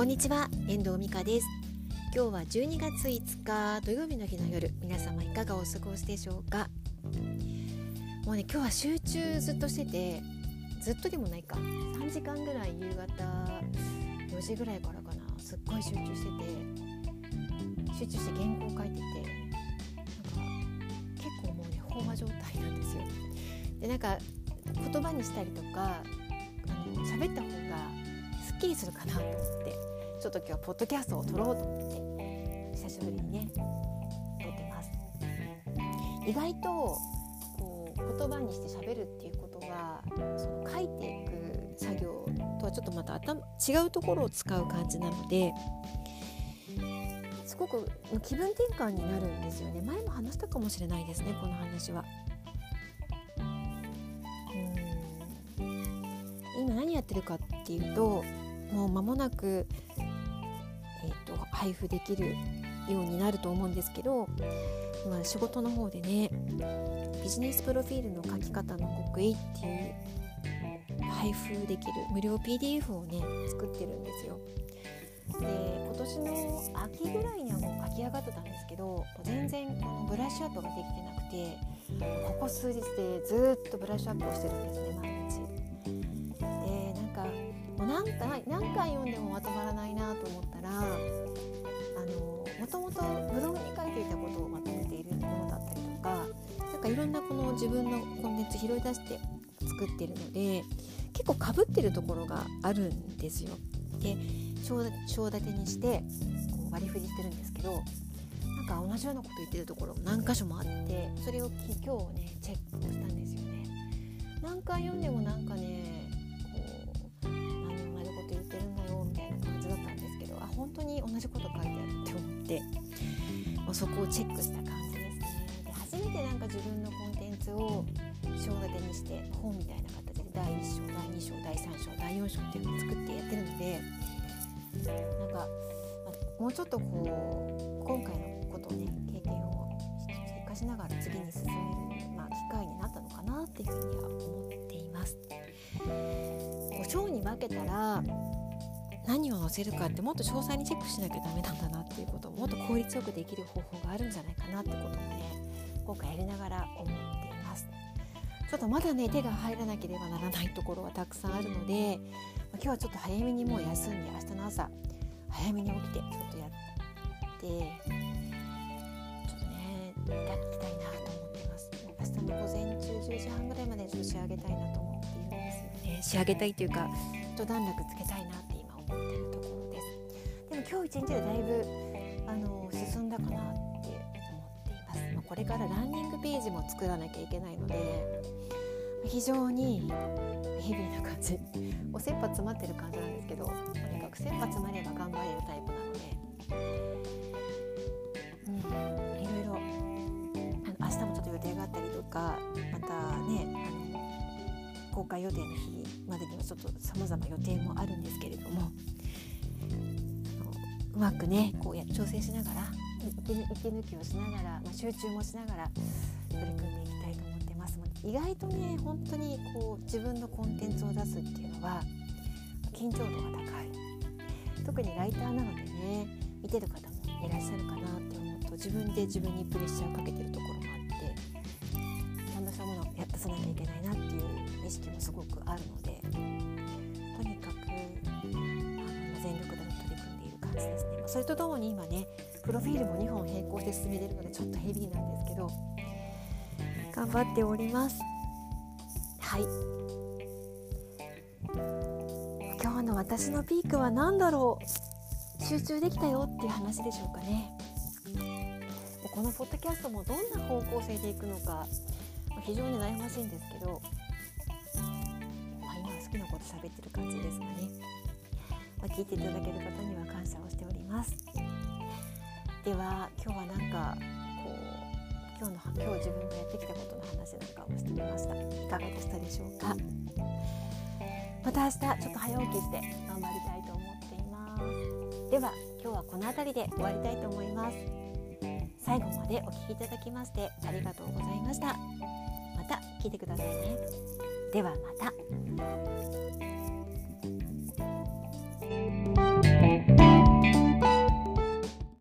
こんにちは、遠藤美香です。今日は12月5日土曜日の日の夜、皆様いかがお過ごしでしょうか。もうね、今日は集中ずっとしてて、ずっとでもないか、3時間ぐらい夕方4時ぐらいからかな、すっごい集中して原稿を書いてて、結構もうね飽和状態なんですよ。で、言葉にしたりとか喋った方がすっきりするかなと思って、ちょっと今日はポッドキャストを撮ろうと思って久しぶりにね撮ってます。意外と言葉にして喋るっていうことが、その書いていく作業とはちょっとまた違うところを使う感じなので、すごく気分転換になるんですよね。前も話したかもしれないですね、この話は。今何やってるかっていうと、もう間もなく、配布できるようになると思うんですけど、今仕事の方でね、ビジネスプロフィールの書き方の極意っていう配布できる無料 PDF をね作ってるんですよ。で、今年の秋ぐらいにはもう書き上がってたんですけど、全然このブラッシュアップができてなくて、ここ数日でずっとブラッシュアップをしてるんですね、毎日。もう何回読んでもまとまらないなと思ったら、もともとブログに書いていたことをまとめているものだったりとか、いろんなこの自分のコンテンツ拾い出して作ってるので、結構被ってるところがあるんですよ。で、章立てにして割り振りしてるんですけど、同じようなこと言ってるところも何箇所もあって、それを今日ねチェックをしたんですよね。何回読んでも何同じこと言ってるんだよみたいな感じだったんですけど、本当に同じこと書いてあるって思って、そこをチェックした感じですね。で、初めて自分のコンテンツを章立てにして本みたいな形で第1章、第2章、第3章、第4章っていうのを作ってやってるので、もうちょっと今回のことをね、経験を生かしながら次に進める、機会になったのかなっていうふうには思っています。章に分けたら何を載せるかってもっと詳細にチェックしなきゃダメなんだなっていうことを、もっと効率よくできる方法があるんじゃないかなってことをね、今回やりながら思っています。ちょっとまだね手が入らなければならないところはたくさんあるので、今日はちょっと早めにもう休んで、明日の朝早めに起きてちょっとやって、ちょっとね抱きたいなと思っています。明日の午前中10時半ぐらいまでちょっと仕上げたいなと思っているんですよね。仕上げたいというか、一段落つけたいなって今思っているところです。でも今日一日でだいぶ進んだかなって思っています。これからランニングページも作らなきゃいけないので、非常にヘビーな感じ、切羽詰まってる感じなんですけど、とにかく切羽詰まれば頑張れるタイプなので、いろいろ明日もちょっと予定があったりとか、またね公開予定の日までにはちょっと様々予定もあるんですけれども、うまくね調整しながら、息抜きをしながら、集中もしながら取り組んでいきたいと思ってます。意外とね、本当に自分のコンテンツを出すっていうのは緊張度が高い。特にライターなのでね、見てる方もいらっしゃるかなって思うと、自分で自分にプレッシャーをかけてるところもあって、ちゃんとしたものを出さなきゃいけないなっていう意識もすごくあるので、とにかく全力で取り組んでいる感じですね。それとともに今ね、プロフィールも2本並行して進めているので、ちょっとヘビーなんですけど頑張っております。はい、今日の私のピークは何だろう。集中できたよっていう話でしょうかね。このポッドキャストもどんな方向性でいくのか、非常に悩ましいんですけど、今は好きなこと喋ってる感じですがね、聞いていただける方には感謝をしております。では今日は今日自分がやってきたことの話なんかをしてみました。いかがでしたでしょうか。また明日ちょっと早起きして頑張りたいと思っています。では今日はこの辺りで終わりたいと思います。最後までお聞きいただきましてありがとうございました。また聞いてくださいね。ではまた。